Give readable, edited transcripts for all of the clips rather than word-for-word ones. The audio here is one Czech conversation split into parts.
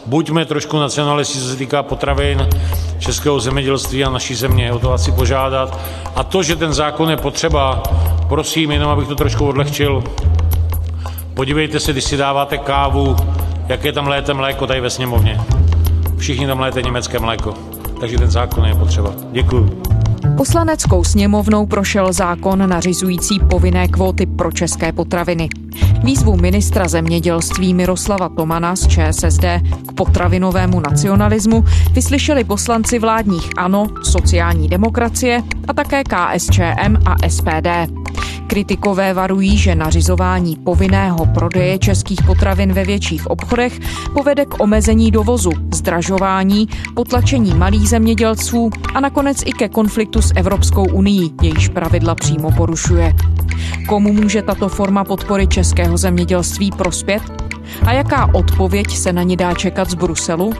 buďme trošku nacionalisti, co se týká potravin, českého zemědělství a naší země, o to asi požádat. A to, že ten zákon je potřeba, prosím, jenom abych to trošku odlehčil, podívejte se, když si dáváte kávu, jaké tam léte mléko tady ve sněmovně. Všichni tam léte německé mléko, takže ten zákon je potřeba. Děkuju. Poslaneckou sněmovnou prošel zákon nařizující povinné kvóty pro české potraviny. Výzvu ministra zemědělství Miroslava Tomana z ČSSD k potravinovému nacionalismu vyslyšeli poslanci vládních ANO, sociální demokracie a také KSČM a SPD. Kritikové varují, že nařizování povinného prodeje českých potravin ve větších obchodech povede k omezení dovozu, zdražování, potlačení malých zemědělců a nakonec i ke konfliktu s Evropskou unií, jejíž pravidla přímo porušuje. Komu může tato forma podpory českého zemědělství prospět? A jaká odpověď se na ní dá čekat z Bruselu?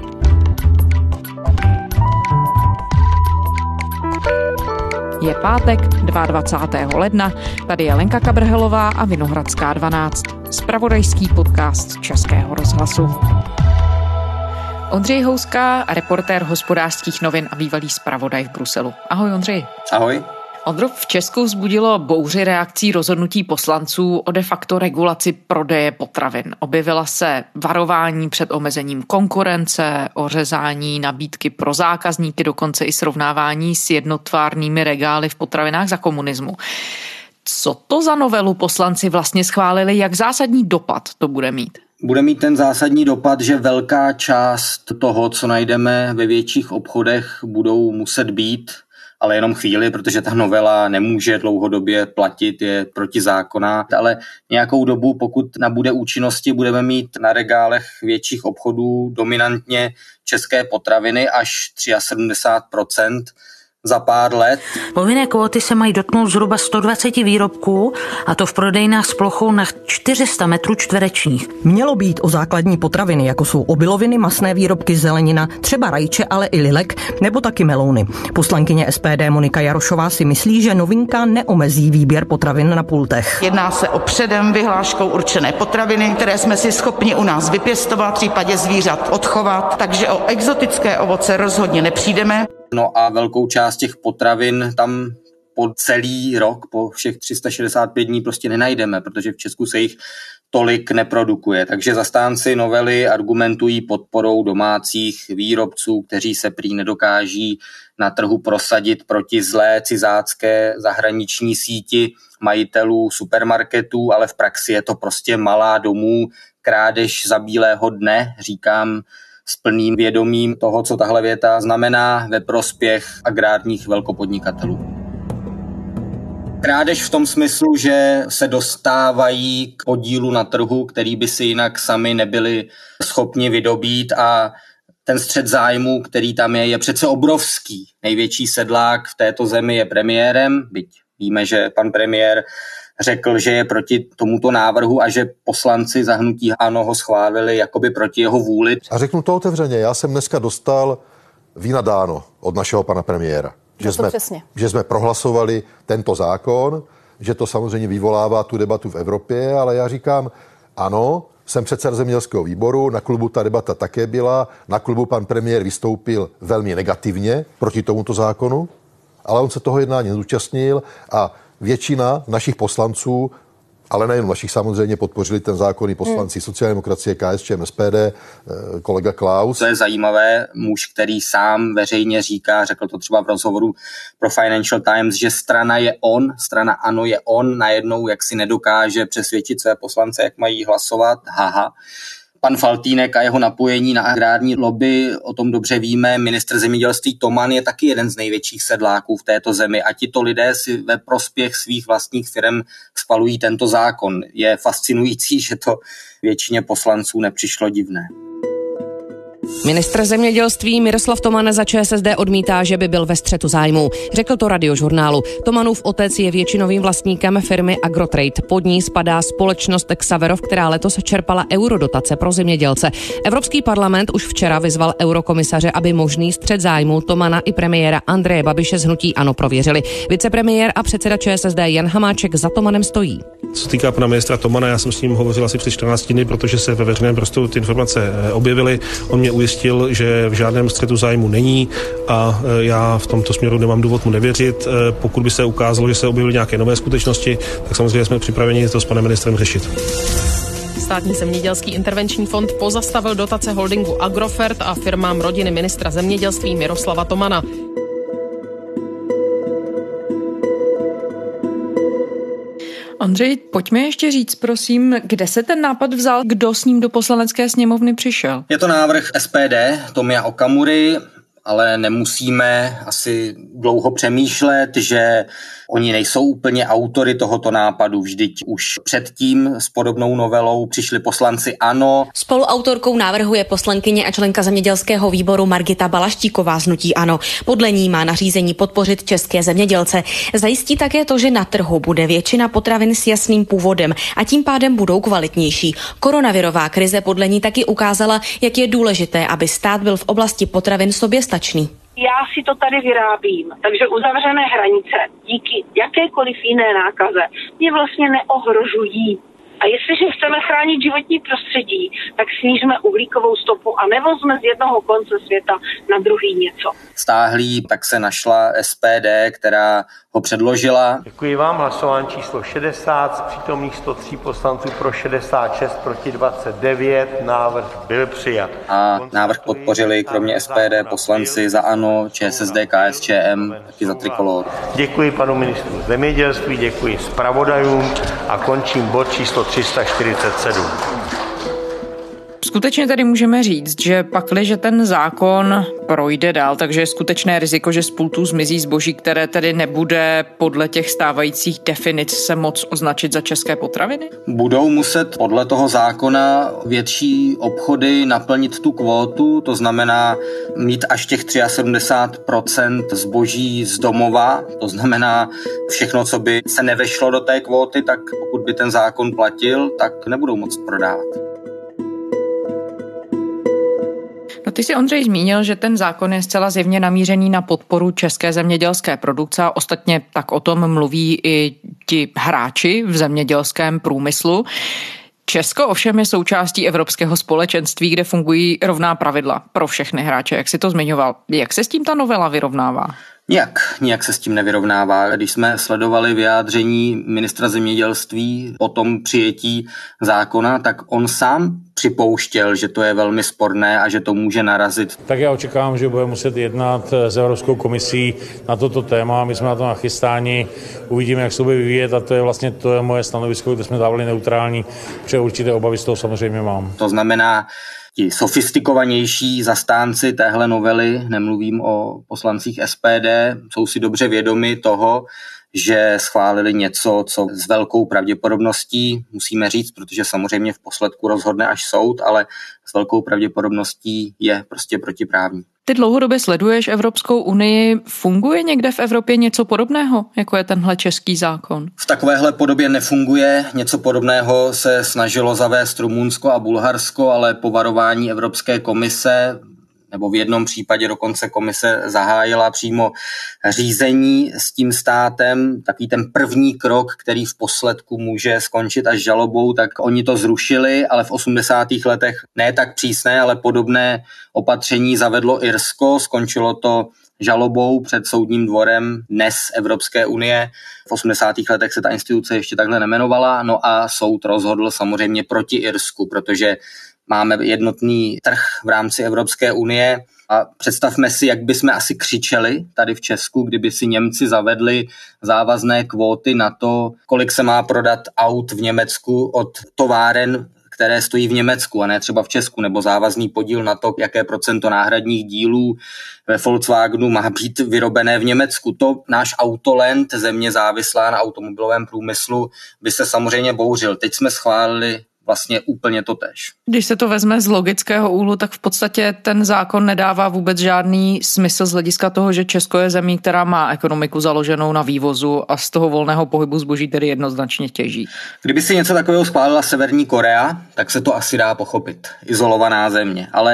Je pátek, 22. ledna, tady je Lenka Kabrhelová a Vinohradská 12, zpravodajský podcast Českého rozhlasu. Ondřej Houska, reportér Hospodářských novin a bývalý zpravodaj v Bruselu. Ahoj Ondřej. Ahoj. Ondro, v Česku vzbudilo bouři reakcí rozhodnutí poslanců o de facto regulaci prodeje potravin. Objevila se varování před omezením konkurence, ořezání nabídky pro zákazníky, dokonce i srovnávání s jednotvárnými regály v potravinách za komunismu. Co to za novelu poslanci vlastně schválili, jak zásadní dopad to bude mít? Bude mít ten zásadní dopad, že velká část toho, co najdeme ve větších obchodech, budou muset být, ale jenom chvíli, protože ta novela nemůže dlouhodobě platit, je protizákonná, ale nějakou dobu, pokud nabude účinnosti, budeme mít na regálech větších obchodů dominantně české potraviny až 73% za pár let. Povinné kvóty se mají dotknout zhruba 120 výrobků, a to v prodejnách s plochou na 400 metrů čtverečních. Mělo být o základní potraviny, jako jsou obiloviny, masné výrobky, zelenina, třeba rajče, ale i lilek, nebo taky melouny. Poslankyně SPD Monika Jarošová si myslí, že novinka neomezí výběr potravin na pultech. Jedná se o předem vyhláškou určené potraviny, které jsme si schopni u nás vypěstovat, v případě zvířat odchovat, takže o exotické ovoce rozhodně nepřijdeme. No a velkou část těch potravin tam po celý rok, po všech 365 dní prostě nenajdeme, protože v Česku se jich tolik neprodukuje. Takže zastánci novely argumentují podporou domácích výrobců, kteří se prý nedokáží na trhu prosadit proti zlé cizácké zahraniční síti majitelů supermarketů, ale v praxi je to prostě malá domů, krádež za bílého dne, říkám s plným vědomím toho, co tahle věta znamená ve prospěch agrárních velkopodnikatelů. Krádež v tom smyslu, že se dostávají k podílu na trhu, který by si jinak sami nebyli schopni vydobít, a ten střet zájmů, který tam je přece obrovský. Největší sedlák v této zemi je premiérem, byť víme, že pan premiér řekl, že je proti tomuto návrhu a že poslanci za hnutí ANO ho schválili jakoby proti jeho vůli. A řeknu to otevřeně, já jsem dneska dostal vína dáno od našeho pana premiéra. Že jsme prohlasovali tento zákon, že to samozřejmě vyvolává tu debatu v Evropě, ale já říkám, ano, jsem předseda zemědělského výboru, na klubu ta debata také byla, na klubu pan premiér vystoupil velmi negativně proti tomuto zákonu, ale on se toho jednání nezúčastnil a většina našich poslanců, ale nejen našich, samozřejmě podpořili ten zákon i poslanci sociální demokracie, KSČM, SPD, kolega Klaus. To je zajímavé, muž, který sám veřejně říká, řekl to třeba v rozhovoru pro Financial Times, že strana ANO je on, najednou jak si nedokáže přesvědčit své poslance, jak mají hlasovat, haha. Pan Faltýnek a jeho napojení na agrární lobby, o tom dobře víme, ministr zemědělství Toman je taky jeden z největších sedláků v této zemi a tito lidé si ve prospěch svých vlastních firem schvalují tento zákon. Je fascinující, že to většině poslanců nepřišlo divné. Ministr zemědělství Miroslav Toman za ČSSD odmítá, že by byl ve střetu zájmů. Řekl to Radiožurnálu. Tomanův otec je většinovým vlastníkem firmy Agrotrade. Pod ní spadá společnost Xaverov, která letos čerpala eurodotace pro zemědělce. Evropský parlament už včera vyzval eurokomisaře, aby možný střet zájmů Tomana i premiéra Andreje Babiše z hnutí ANO prověřili. Vicepremiér a předseda ČSSD Jan Hamáček za Tomanem stojí. Co týká pana ministra Tomana, já jsem s ním hovořil asi před 14 dny, protože se ve veřejném prostoru ty informace objevily. On mě ujistil, že v žádném střetu zájmu není a já v tomto směru nemám důvod mu nevěřit. Pokud by se ukázalo, že se objevily nějaké nové skutečnosti, tak samozřejmě jsme připraveni to s panem ministrem řešit. Státní zemědělský intervenční fond pozastavil dotace holdingu Agrofert a firmám rodiny ministra zemědělství Miroslava Tomana. Ondřej, pojďme ještě říct, prosím, kde se ten nápad vzal, kdo s ním do Poslanecké sněmovny přišel? Je to návrh SPD Tomia Okamury, ale nemusíme asi dlouho přemýšlet, že oni nejsou úplně autory tohoto nápadu. Vždyť už předtím s podobnou novelou přišli poslanci ANO. Spoluautorkou návrhu je poslankyně a členka zemědělského výboru Margita Balaštíková z hnutí ANO. Podle ní má nařízení podpořit české zemědělce. Zajistí také to, že na trhu bude většina potravin s jasným původem a tím pádem budou kvalitnější. Koronavirová krize podle ní taky ukázala, jak je důležité, aby stát byl v oblasti potravin soběstačný. Já si to tady vyrábím, takže uzavřené hranice díky jakékoliv jiné nákaze mě vlastně neohrožují. A jestliže chceme chránit životní prostředí, tak snížíme uhlíkovou stopu a nevozme z jednoho konce světa na druhý něco. Stáhlý, tak se našla SPD, která ho předložila. Děkuji vám. Hlasování číslo 60, z přítomných 103 poslanců pro 66, proti 29. Návrh byl přijat. A návrh podpořili kromě SPD poslanci za ANO, ČSSD, KSČM, taky za Trikolóru. Děkuji panu ministru zemědělství, děkuji zpravodajům a končím bod číslo 347. Skutečně tady můžeme říct, že pakliže ten zákon projde dál, takže je skutečné riziko, že z pultů zmizí zboží, které tedy nebude podle těch stávajících definic se moc označit za české potraviny? Budou muset podle toho zákona větší obchody naplnit tu kvótu, to znamená mít až těch 73% zboží z domova, to znamená všechno, co by se nevešlo do té kvóty, tak pokud by ten zákon platil, tak nebudou moct prodávat. No ty si, Ondřej, zmínil, že ten zákon je zcela zjevně namířený na podporu české zemědělské produkce a ostatně tak o tom mluví i ti hráči v zemědělském průmyslu. Česko ovšem je součástí Evropského společenství, kde fungují rovná pravidla pro všechny hráče, jak si to zmiňoval. Jak se s tím ta novela vyrovnává? Nijak se s tím nevyrovnává. Když jsme sledovali vyjádření ministra zemědělství po tom přijetí zákona, tak on sám připouštěl, že to je velmi sporné a že to může narazit. Tak já očekávám, že budeme muset jednat s Evropskou komisí na toto téma. My jsme na to nachystáni, uvidíme, jak se to bude vyvíjet a to je moje stanovisko, kde jsme dávali neutrální, protože určité obavy z toho samozřejmě mám. To znamená, ti sofistikovanější zastánci téhle novely, nemluvím o poslancích SPD, jsou si dobře vědomi toho, že schválili něco, co s velkou pravděpodobností, musíme říct, protože samozřejmě v posledku rozhodne až soud, ale s velkou pravděpodobností je prostě protiprávní. Ty dlouhodobě sleduješ Evropskou unii. Funguje někde v Evropě něco podobného, jako je tenhle český zákon? V takovéhle podobě nefunguje. Něco podobného se snažilo zavést Rumunsko a Bulharsko, ale po varování Evropské komise, nebo v jednom případě dokonce komise zahájila přímo řízení s tím státem, takový ten první krok, který v posledku může skončit až žalobou, tak oni to zrušili, ale v 80. letech ne tak přísné, ale podobné opatření zavedlo Irsko, skončilo to žalobou před soudním dvorem dnes Evropské unie. V 80. letech se ta instituce ještě takhle nemenovala, no a soud rozhodl samozřejmě proti Irsku, protože máme jednotný trh v rámci Evropské unie a představme si, jak bychom asi křičeli tady v Česku, kdyby si Němci zavedli závazné kvóty na to, kolik se má prodat aut v Německu od továren, které stojí v Německu a ne třeba v Česku, nebo závazný podíl na to, jaké procento náhradních dílů ve Volkswagenu má být vyrobené v Německu. To náš Autoland, země závislá na automobilovém průmyslu, by se samozřejmě bouřil. Teď jsme schválili vlastně úplně totéž. Když se to vezme z logického úhlu, tak v podstatě ten zákon nedává vůbec žádný smysl z hlediska toho, že Česko je zemí, která má ekonomiku založenou na vývozu a z toho volného pohybu zboží tedy jednoznačně těží. Kdyby si něco takového schválila Severní Korea, tak se to asi dá pochopit. Izolovaná země. Ale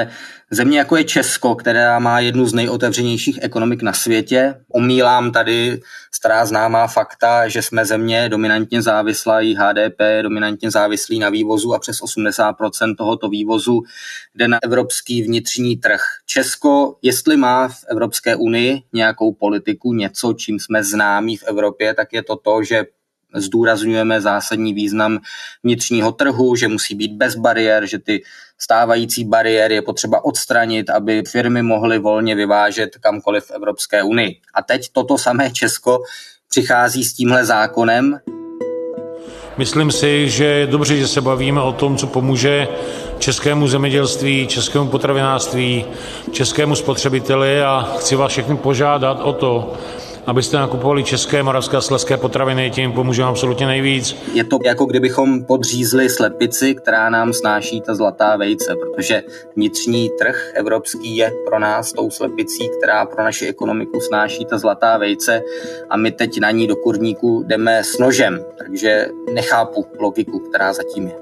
Země jako je Česko, která má jednu z nejotevřenějších ekonomik na světě. Omílám tady stará známá fakta, že jsme země dominantně závislá, i HDP dominantně závislý na vývozu a přes 80% tohoto vývozu jde na evropský vnitřní trh. Česko, jestli má v Evropské unii nějakou politiku, něco, čím jsme známí v Evropě, tak je to, že zdůrazňujeme zásadní význam vnitřního trhu, že musí být bez bariér, že ty stávající bariéry je potřeba odstranit, aby firmy mohly volně vyvážet kamkoliv v Evropské unii. A teď toto samé Česko přichází s tímhle zákonem. Myslím si, že je dobře, že se bavíme o tom, co pomůže českému zemědělství, českému potravinářství, českému spotřebiteli, a chci vás všechny požádat o to, abyste nakupovali české, moravské a slezské potraviny, tím pomůžeme absolutně nejvíc. Je to jako kdybychom podřízli slepici, která nám snáší ta zlatá vejce, protože vnitřní trh evropský je pro nás tou slepicí, která pro naši ekonomiku snáší ta zlatá vejce a my teď na ní do kurníku jdeme s nožem, takže nechápu logiku, která zatím je.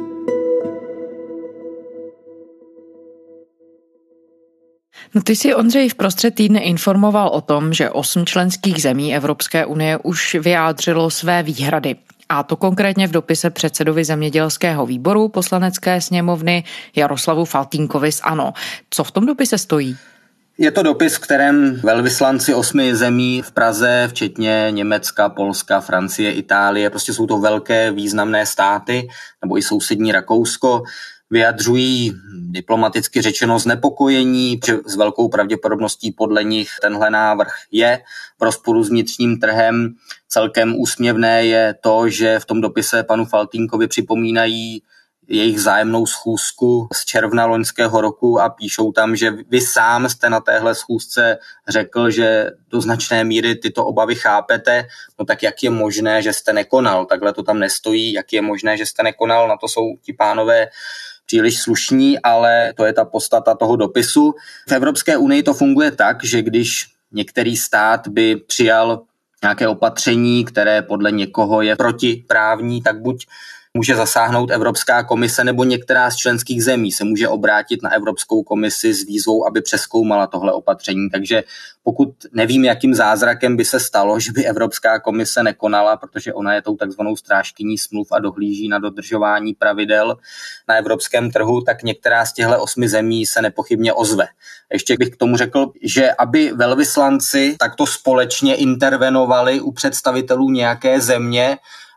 No ty si, Ondřej, v prostřed týdne informoval o tom, že 8 členských zemí Evropské unie už vyjádřilo své výhrady. A to konkrétně v dopise předsedovi zemědělského výboru Poslanecké sněmovny Jaroslavu Faltýnkovi z ANO. Co v tom dopise stojí? Je to dopis, v kterém velvyslanci 8 zemí v Praze, včetně Německa, Polska, Francie, Itálie, prostě jsou to velké významné státy, nebo i sousední Rakousko, vyjadřují diplomaticky řečeno znepokojení, že s velkou pravděpodobností podle nich tenhle návrh je v rozporu s vnitřním trhem. Celkem úsměvné je to, že v tom dopise panu Faltýnkovi připomínají jejich vzájemnou schůzku z června loňského roku a píšou tam, že vy sám jste na téhle schůzce řekl, že do značné míry tyto obavy chápete, no tak jak je možné, že jste nekonal? Takhle to tam nestojí, jak je možné, že jste nekonal, na to jsou ti pánové příliš slušní, ale to je ta podstata toho dopisu. V Evropské unii to funguje tak, že když některý stát by přijal nějaké opatření, které podle někoho je protiprávní, tak buď může zasáhnout Evropská komise, nebo některá z členských zemí se může obrátit na Evropskou komisi s výzvou, aby přezkoumala tohle opatření. Takže pokud nevím, jakým zázrakem by se stalo, že by Evropská komise nekonala, protože ona je tou takzvanou strážkyní smluv a dohlíží na dodržování pravidel na evropském trhu, tak některá z těchto 8 zemí se nepochybně ozve. Ještě bych k tomu řekl, že aby velvyslanci takto společně intervenovali u představitelů nějaké země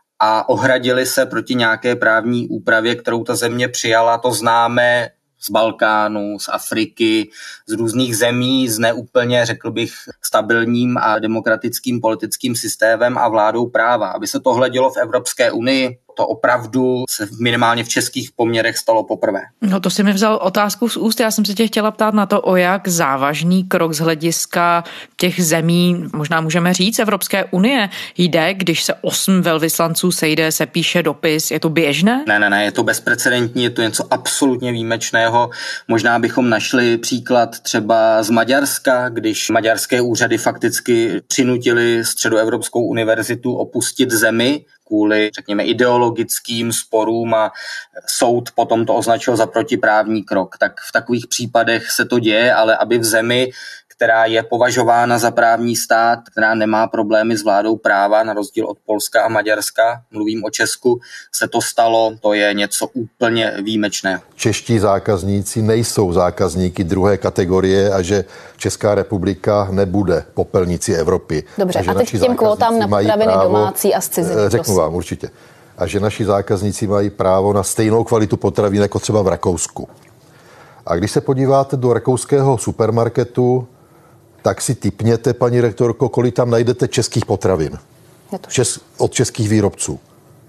a ohradili se proti nějaké právní úpravě, kterou ta země přijala, to známe z Balkánu, z Afriky, z různých zemí s neúplně, řekl bych, stabilním a demokratickým politickým systémem a vládou práva. Aby se tohle dělo v Evropské unii, to opravdu se minimálně v českých poměrech stalo poprvé. No to si mi vzal otázku z úst. Já jsem se tě chtěla ptát na to, o jak závažný krok z hlediska těch zemí, možná můžeme říct, Evropské unie jde, když se 8 velvyslanců sejde, se píše dopis. Je to běžné? Ne, je to bezprecedentní, je to něco absolutně výjimečného. Možná bychom našli příklad třeba z Maďarska, když maďarské úřady fakticky přinutili Středoevropskou univerzitu opustit zemi kvůli, řekněme, ideologickým sporům a soud potom to označil za protiprávní krok. Tak v takových případech se to děje, ale aby v zemi, která je považována za právní stát, která nemá problémy s vládou práva, na rozdíl od Polska a Maďarska, mluvím o Česku, se to stalo, to je něco úplně výjimečného. Čeští zákazníci nejsou zákazníky druhé kategorie a že Česká republika nebude popelnicí Evropy. Dobře, a teď k těm kvótám na potraviny domácí a z ciziny. Řeknu vám určitě. A že naši zákazníci mají právo na stejnou kvalitu potravin jako třeba v Rakousku. A když se podíváte do rakouského supermarketu, tak si tipněte, paní rektorko, kolik tam najdete českých potravin. Od českých výrobců.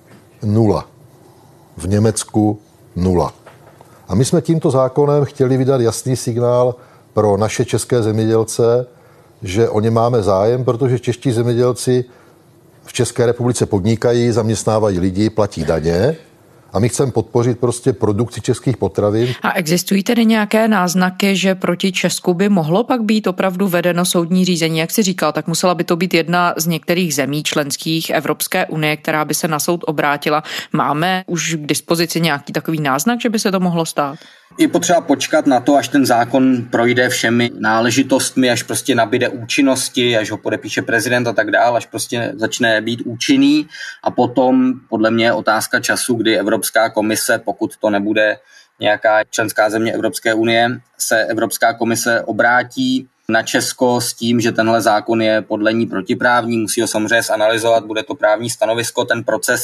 0. V Německu 0. A my jsme tímto zákonem chtěli vydat jasný signál pro naše české zemědělce, že o ně máme zájem, protože čeští zemědělci v České republice podnikají, zaměstnávají lidi, platí daně. A my chceme podpořit prostě produkci českých potravin. A existují tedy nějaké náznaky, že proti Česku by mohlo pak být opravdu vedeno soudní řízení? Jak jsi říkal, tak musela by to být jedna z některých zemí členských Evropské unie, která by se na soud obrátila. Máme už k dispozici nějaký takový náznak, že by se to mohlo stát? Je potřeba počkat na to, až ten zákon projde všemi náležitostmi, až prostě nabyde účinnosti, až ho podepíše prezident a tak dál, až prostě začne být účinný a potom podle mě je otázka času, kdy Evropská komise, pokud to nebude nějaká členská země Evropské unie, se Evropská komise obrátí na Česko s tím, že tenhle zákon je podle ní protiprávní, musí ho samozřejmě zanalyzovat, bude to právní stanovisko, ten proces.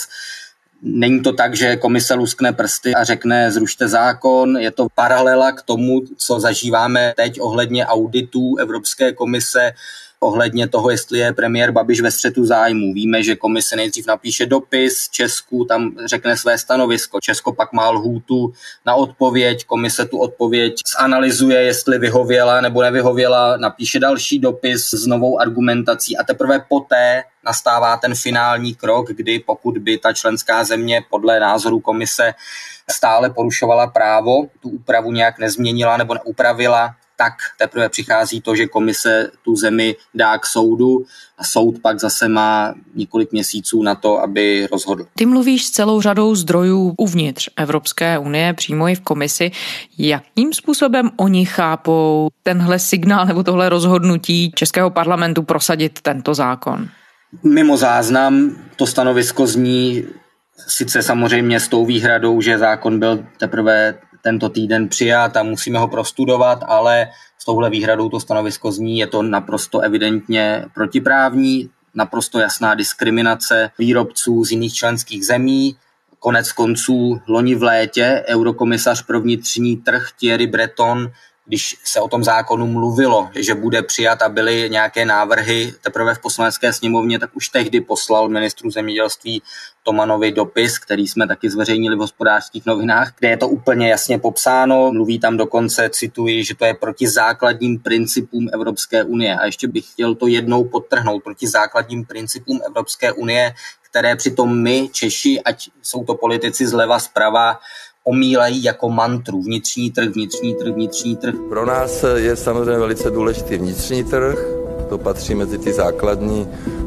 Není to tak, že komise luskne prsty a řekne zrušte zákon, je to paralela k tomu, co zažíváme teď ohledně auditů Evropské komise, ohledně toho, jestli je premiér Babiš ve střetu zájmů. Víme, že komise nejdřív napíše dopis Česku, tam řekne své stanovisko. Česko pak má lhůtu na odpověď, komise tu odpověď zanalyzuje, jestli vyhověla nebo nevyhověla, napíše další dopis s novou argumentací a teprve poté nastává ten finální krok, kdy pokud by ta členská země podle názoru komise stále porušovala právo, tu úpravu nějak nezměnila nebo neupravila, tak teprve přichází to, že komise tu zemi dá k soudu a soud pak zase má několik měsíců na to, aby rozhodl. Ty mluvíš s celou řadou zdrojů uvnitř Evropské unie, přímo i v komisi. Jakým způsobem oni chápou tenhle signál nebo tohle rozhodnutí Českého parlamentu prosadit tento zákon? Mimo záznam to stanovisko zní sice samozřejmě s tou výhradou, že zákon byl teprve tento týden přijat a musíme ho prostudovat, ale s touhle výhradou to stanovisko zní, je to naprosto evidentně protiprávní, naprosto jasná diskriminace výrobců z jiných členských zemí. Konec konců loni v létě eurokomisař pro vnitřní trh Thierry Breton, když se o tom zákonu mluvilo, že bude přijat a byly nějaké návrhy teprve v poslanecké sněmovně, tak už tehdy poslal ministru zemědělství Tomanovi dopis, který jsme taky zveřejnili v Hospodářských novinách, kde je to úplně jasně popsáno. Mluví tam dokonce, cituji, že to je proti základním principům Evropské unie. A ještě bych chtěl to jednou podtrhnout, proti základním principům Evropské unie, které přitom my, Češi, ať jsou to politici zleva, zprava, omílají jako mantru. Vnitřní trh, vnitřní trh, vnitřní trh. Pro nás je samozřejmě velice důležitý vnitřní trh. To patří mezi ty základní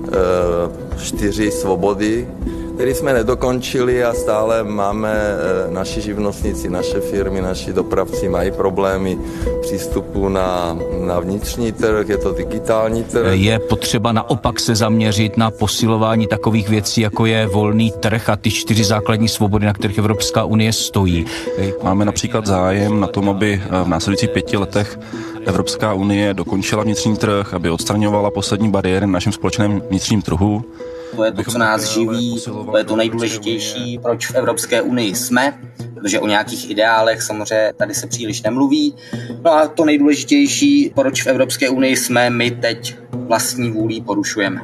4 svobody, které jsme nedokončili a stále máme naši živnostníci, naše firmy, naši dopravci mají problémy přístupu na vnitřní trh, je to digitální trh. Je potřeba naopak se zaměřit na posilování takových věcí, jako je volný trh a ty 4 základní svobody, na kterých Evropská unie stojí. Máme například zájem na tom, aby v následujících 5 letech Evropská unie dokončila vnitřní trh, aby odstraňovala poslední bariéry na našem společném vnitřním trhu. To je to, co nás živí, to je to nejdůležitější, proč v Evropské unii jsme, protože o nějakých ideálech samozřejmě tady se příliš nemluví. No a to nejdůležitější, proč v Evropské unii jsme, my teď vlastní vůlí porušujeme.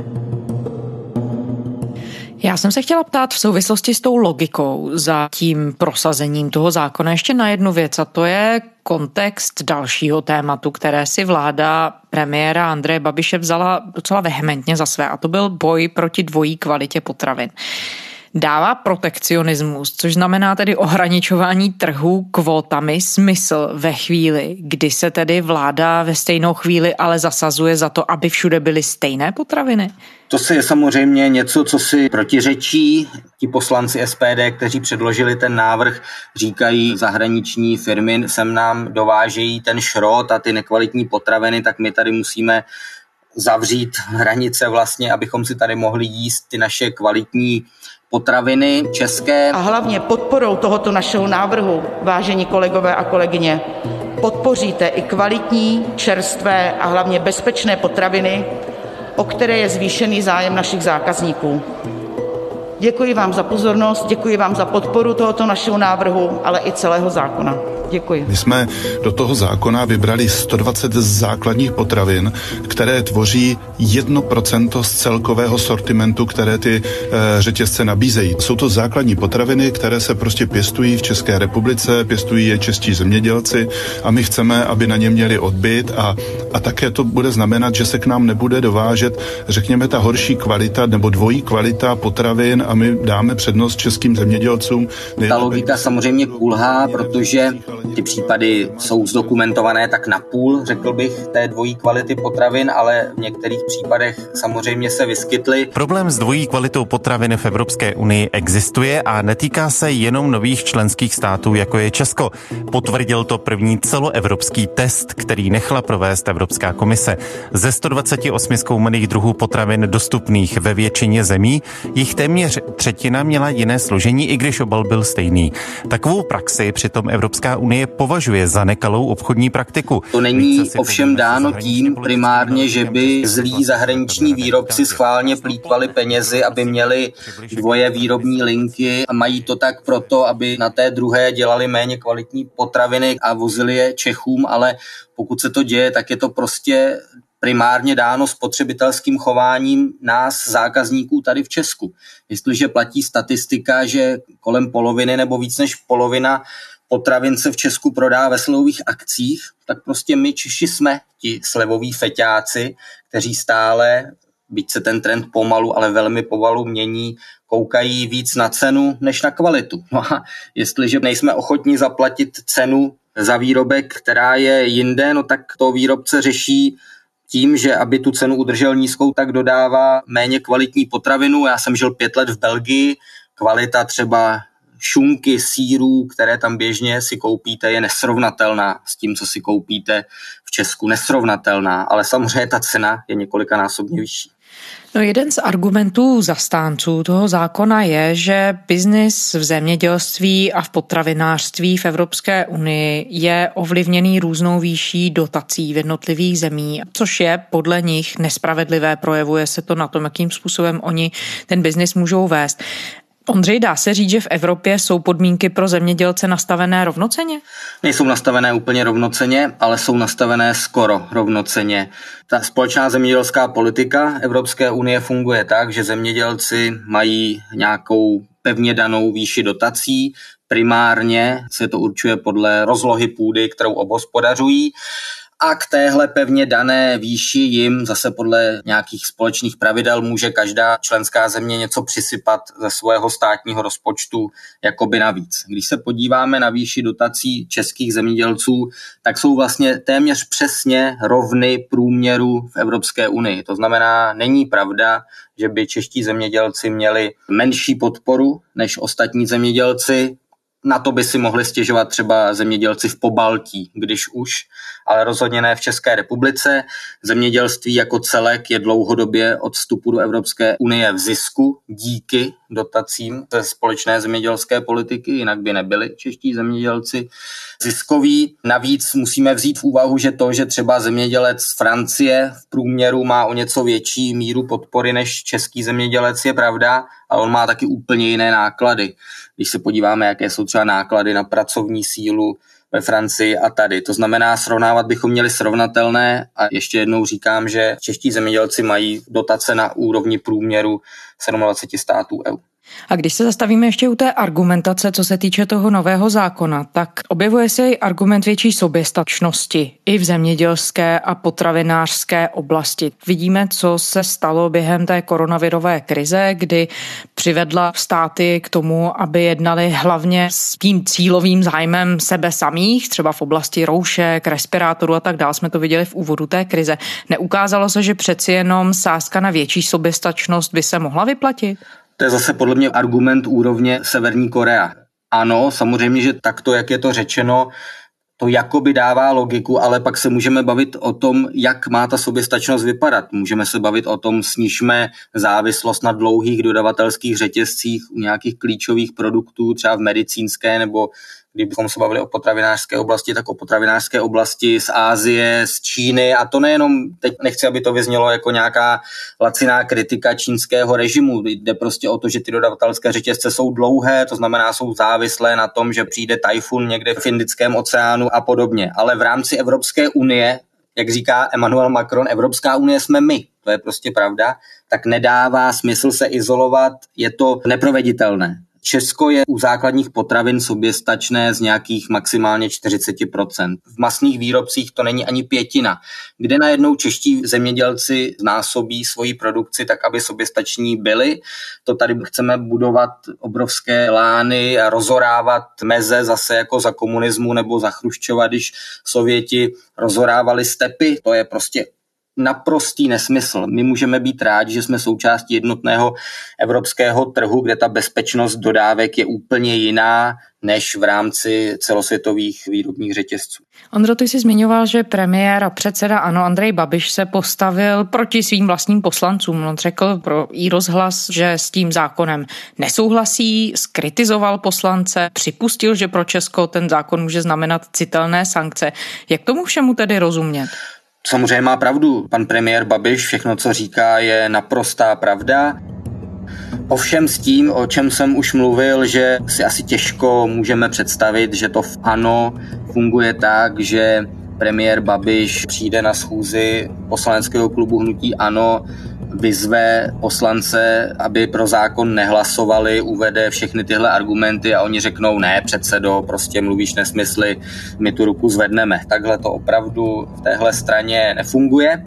Já jsem se chtěla ptát v souvislosti s tou logikou za tím prosazením toho zákona ještě na jednu věc, a to je kontext dalšího tématu, které si vláda premiéra Andreje Babiše vzala docela vehementně za své, a to byl boj proti dvojí kvalitě potravin. Dává protekcionismus, což znamená tedy ohraničování trhu kvótami, smysl ve chvíli, kdy se tedy vláda ve stejnou chvíli ale zasazuje za to, aby všude byly stejné potraviny? To je samozřejmě něco, co si protiřečí. Ti poslanci SPD, kteří předložili ten návrh, říkají, zahraniční firmy sem nám dovážejí ten šrot a ty nekvalitní potraviny, tak my tady musíme zavřít hranice vlastně, abychom si tady mohli jíst ty naše kvalitní potraviny české. A hlavně podporou tohoto našeho návrhu, vážení kolegové a kolegyně, podpoříte i kvalitní, čerstvé a hlavně bezpečné potraviny, o které je zvýšený zájem našich zákazníků. Děkuji vám za pozornost, děkuji vám za podporu tohoto našeho návrhu, ale i celého zákona. Děkuji. My jsme do toho zákona vybrali 120 základních potravin, které tvoří 1% z celkového sortimentu, které ty řetězce nabízejí. Jsou to základní potraviny, které se prostě pěstují v České republice, pěstují je čeští zemědělci a my chceme, aby na ně měli odbyt a také to bude znamenat, že se k nám nebude dovážet, řekněme, ta horší kvalita nebo dvojí kvalita potravin a my dáme přednost českým zemědělcům. Ta logika samozřejmě kulhá, protože Ty případy jsou zdokumentované tak napůl, řekl bych, té dvojí kvality potravin, ale v některých případech samozřejmě se vyskytly. Problém s dvojí kvalitou potravin v Evropské unii existuje a netýká se jenom nových členských států, jako je Česko. Potvrdil to první celoevropský test, který nechala provést Evropská komise. Ze 128 zkoumaných druhů potravin dostupných ve většině zemí, jich téměř třetina měla jiné složení, i když obal byl stejný. Takovou praxi přitom Evropská unie považuje za nekalou obchodní praktiku. To není ovšem dáno tím primárně, že by zlí zahraniční výrobci schválně plýtvali penězi, aby měli dvoje výrobní linky a mají to tak proto, aby na té druhé dělali méně kvalitní potraviny a vozili je Čechům, ale pokud se to děje, tak je to prostě primárně dáno spotřebitelským chováním nás, zákazníků tady v Česku. Jestliže platí statistika, že kolem poloviny nebo víc než polovina potravin se v Česku prodá ve slevových akcích, tak prostě my Češi jsme ti slevoví feťáci, kteří stále, byť se ten trend pomalu, ale velmi pomalu mění, koukají víc na cenu než na kvalitu. No a jestliže nejsme ochotní zaplatit cenu za výrobek, která je jinde, no tak to výrobce řeší tím, že aby tu cenu udržel nízkou, tak dodává méně kvalitní potravinu. Já jsem žil 5 let v Belgii, kvalita třeba šunky, sýrů, které tam běžně si koupíte, je nesrovnatelná s tím, co si koupíte v Česku. Nesrovnatelná, ale samozřejmě ta cena je několikanásobně vyšší. No, jeden z argumentů zastánců toho zákona je, že biznis v zemědělství a v potravinářství v Evropské unii je ovlivněný různou výší dotací v jednotlivých zemí, což je podle nich nespravedlivé, projevuje se to na tom, jakým způsobem oni ten biznis můžou vést. Ondřej, dá se říct, že v Evropě jsou podmínky pro zemědělce nastavené rovnocenně? Nejsou nastavené úplně rovnocenně, ale jsou nastavené skoro rovnocenně. Ta společná zemědělská politika Evropské unie funguje tak, že zemědělci mají nějakou pevně danou výši dotací. Primárně se to určuje podle rozlohy půdy, kterou obhospodařují. A k téhle pevně dané výši jim zase podle nějakých společných pravidel může každá členská země něco přisypat ze svého státního rozpočtu jakoby navíc. Když se podíváme na výši dotací českých zemědělců, tak jsou vlastně téměř přesně rovny průměru v Evropské unii. To znamená, není pravda, že by čeští zemědělci měli menší podporu než ostatní zemědělci. Na to by si mohli stěžovat třeba zemědělci v Pobaltí, když už, ale rozhodně ne v České republice. Zemědělství jako celek je dlouhodobě od vstupu do Evropské unie v zisku díky dotacím ze společné zemědělské politiky, jinak by nebyli čeští zemědělci ziskoví. Navíc musíme vzít v úvahu, že to, že třeba zemědělec z Francie v průměru má o něco větší míru podpory než český zemědělec, je pravda, ale on má taky úplně jiné náklady. Když se podíváme, jaké jsou třeba náklady na pracovní sílu ve Francii a tady. To znamená, srovnávat bychom měli srovnatelné a ještě jednou říkám, že čeští zemědělci mají dotace na úrovni průměru 27 států EU. A když se zastavíme ještě u té argumentace, co se týče toho nového zákona, tak objevuje se i argument větší soběstačnosti i v zemědělské a potravinářské oblasti. Vidíme, co se stalo během té koronavirové krize, kdy přivedla státy k tomu, aby jednali hlavně s tím cílovým zájmem sebe samých, třeba v oblasti roušek, respirátorů a tak dále. Jsme to viděli v úvodu té krize. Neukázalo se, že přeci jenom sázka na větší soběstačnost by se mohla vyplatit? To je zase podle mě argument úrovně Severní Korea. Ano, samozřejmě, že takto, jak je to řečeno, to jakoby dává logiku, ale pak se můžeme bavit o tom, jak má ta soběstačnost vypadat. Můžeme se bavit o tom, snižme závislost na dlouhých dodavatelských řetězcích u nějakých klíčových produktů, třeba v medicínské nebo kdybychom se bavili o potravinářské oblasti, tak o potravinářské oblasti z Asie, z Číny a to nejenom, teď nechci, aby to vyznělo jako nějaká laciná kritika čínského režimu, jde prostě o to, že ty dodavatelské řetězce jsou dlouhé, to znamená jsou závislé na tom, že přijde tajfun někde v Indickém oceánu a podobně, ale v rámci Evropské unie, jak říká Emmanuel Macron, Evropská unie jsme my, to je prostě pravda, tak nedává smysl se izolovat, je to neproveditelné. Česko je u základních potravin soběstačné z nějakých maximálně 40%. V masných výrobcích to není ani pětina, kde najednou čeští zemědělci násobí svoji produkci tak, aby soběstační byli. To tady chceme budovat obrovské lány a rozorávat meze zase jako za komunismu nebo za Chruščova, když Sověti rozorávali stepy. To je prostě naprostý nesmysl. My můžeme být rádi, že jsme součástí jednotného evropského trhu, kde ta bezpečnost dodávek je úplně jiná než v rámci celosvětových výrobních řetězců. Ondro, ty jsi zmiňoval, že premiér a předseda ANO Andrej Babiš se postavil proti svým vlastním poslancům. On řekl pro iRozhlas, že s tím zákonem nesouhlasí, zkritizoval poslance, připustil, že pro Česko ten zákon může znamenat citelné sankce. Jak tomu všemu tedy rozumět? Samozřejmě má pravdu. Pan premiér Babiš, všechno, co říká, je naprostá pravda. Ovšem s tím, o čem jsem už mluvil, že si asi těžko můžeme představit, že to v ANO funguje tak, že premiér Babiš přijde na schůzi poslaneckého klubu hnutí ANO, vyzve poslance, aby pro zákon nehlasovali, uvede všechny tyhle argumenty a oni řeknou, ne, předsedo, prostě mluvíš nesmysly, my tu ruku zvedneme. Takhle to opravdu v téhle straně nefunguje.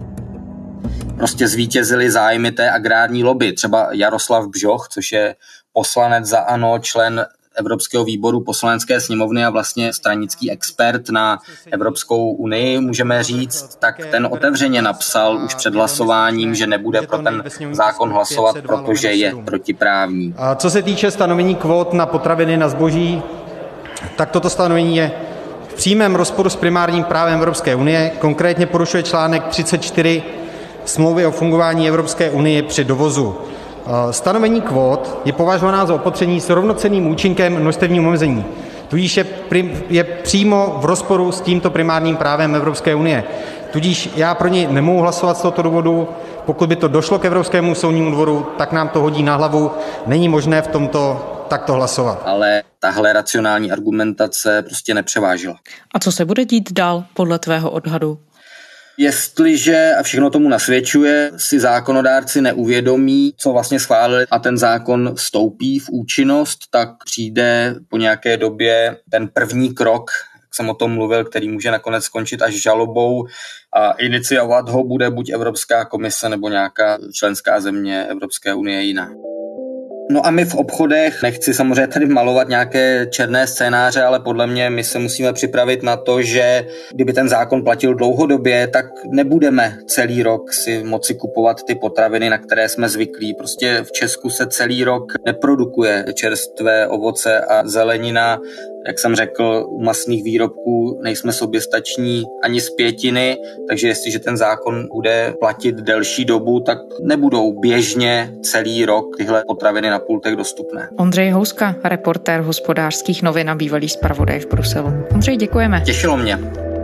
Prostě zvítězily zájmy té agrární lobby. Třeba Jaroslav Bžoch, což je poslanec za ANO, člen Evropského výboru Poslanecké sněmovny a vlastně stranický expert na Evropskou unii, můžeme říct, tak ten otevřeně napsal už před hlasováním, že nebude pro ten zákon hlasovat, protože je protiprávní. A co se týče stanovení kvót na potraviny, na zboží, tak toto stanovení je v přímém rozporu s primárním právem Evropské unie, konkrétně porušuje článek 34 Smlouvy o fungování Evropské unie při dovozu. Stanovení kvót je považováno za opatření s rovnocenným účinkem množstevního omezení. Tudíž je přímo v rozporu s tímto primárním právem Evropské unie. Tudíž já pro něj nemohu hlasovat z tohoto důvodu. Pokud by to došlo k Evropskému soudnímu dvoru, tak nám to hodí na hlavu. Není možné v tomto takto hlasovat. Ale tahle racionální argumentace prostě nepřevážila. A co se bude dít dál podle tvého odhadu? Jestliže, a všechno tomu nasvědčuje, si zákonodárci neuvědomí, co vlastně schválili a ten zákon vstoupí v účinnost, tak přijde po nějaké době ten první krok, jak jsem o tom mluvil, který může nakonec skončit až žalobou a iniciovat ho bude buď Evropská komise nebo nějaká členská země Evropské unie jiná. No a my v obchodech, nechci samozřejmě tady malovat nějaké černé scénáře, ale podle mě my se musíme připravit na to, že kdyby ten zákon platil dlouhodobě, tak nebudeme celý rok si moci kupovat ty potraviny, na které jsme zvyklí. Prostě v Česku se celý rok neprodukuje čerstvé ovoce a zelenina. Jak jsem řekl, u masných výrobků nejsme soběstační ani z pětiny, takže jestliže ten zákon bude platit delší dobu, tak nebudou běžně celý rok tyhle potraviny na pultech dostupné. Ondřej Houska, reportér Hospodářských novin a bývalý zpravodaj v Bruselu. Ondřej, děkujeme. Těšilo mě.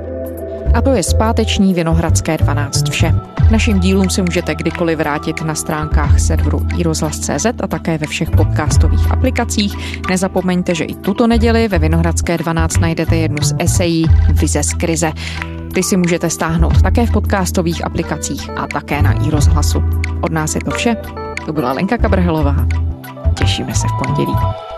A to je zpáteční Vinohradské 12 vše. Našim dílům se můžete kdykoliv vrátit na stránkách serveru iRozhlas.cz a také ve všech podcastových aplikacích. Nezapomeňte, že i tuto neděli ve Vinohradské 12 najdete jednu z esejí Vize z krize. Ty si můžete stáhnout také v podcastových aplikacích a také na iRozhlasu. Od nás je to vše. To byla Lenka Kabrhelová. Těšíme se v pondělí.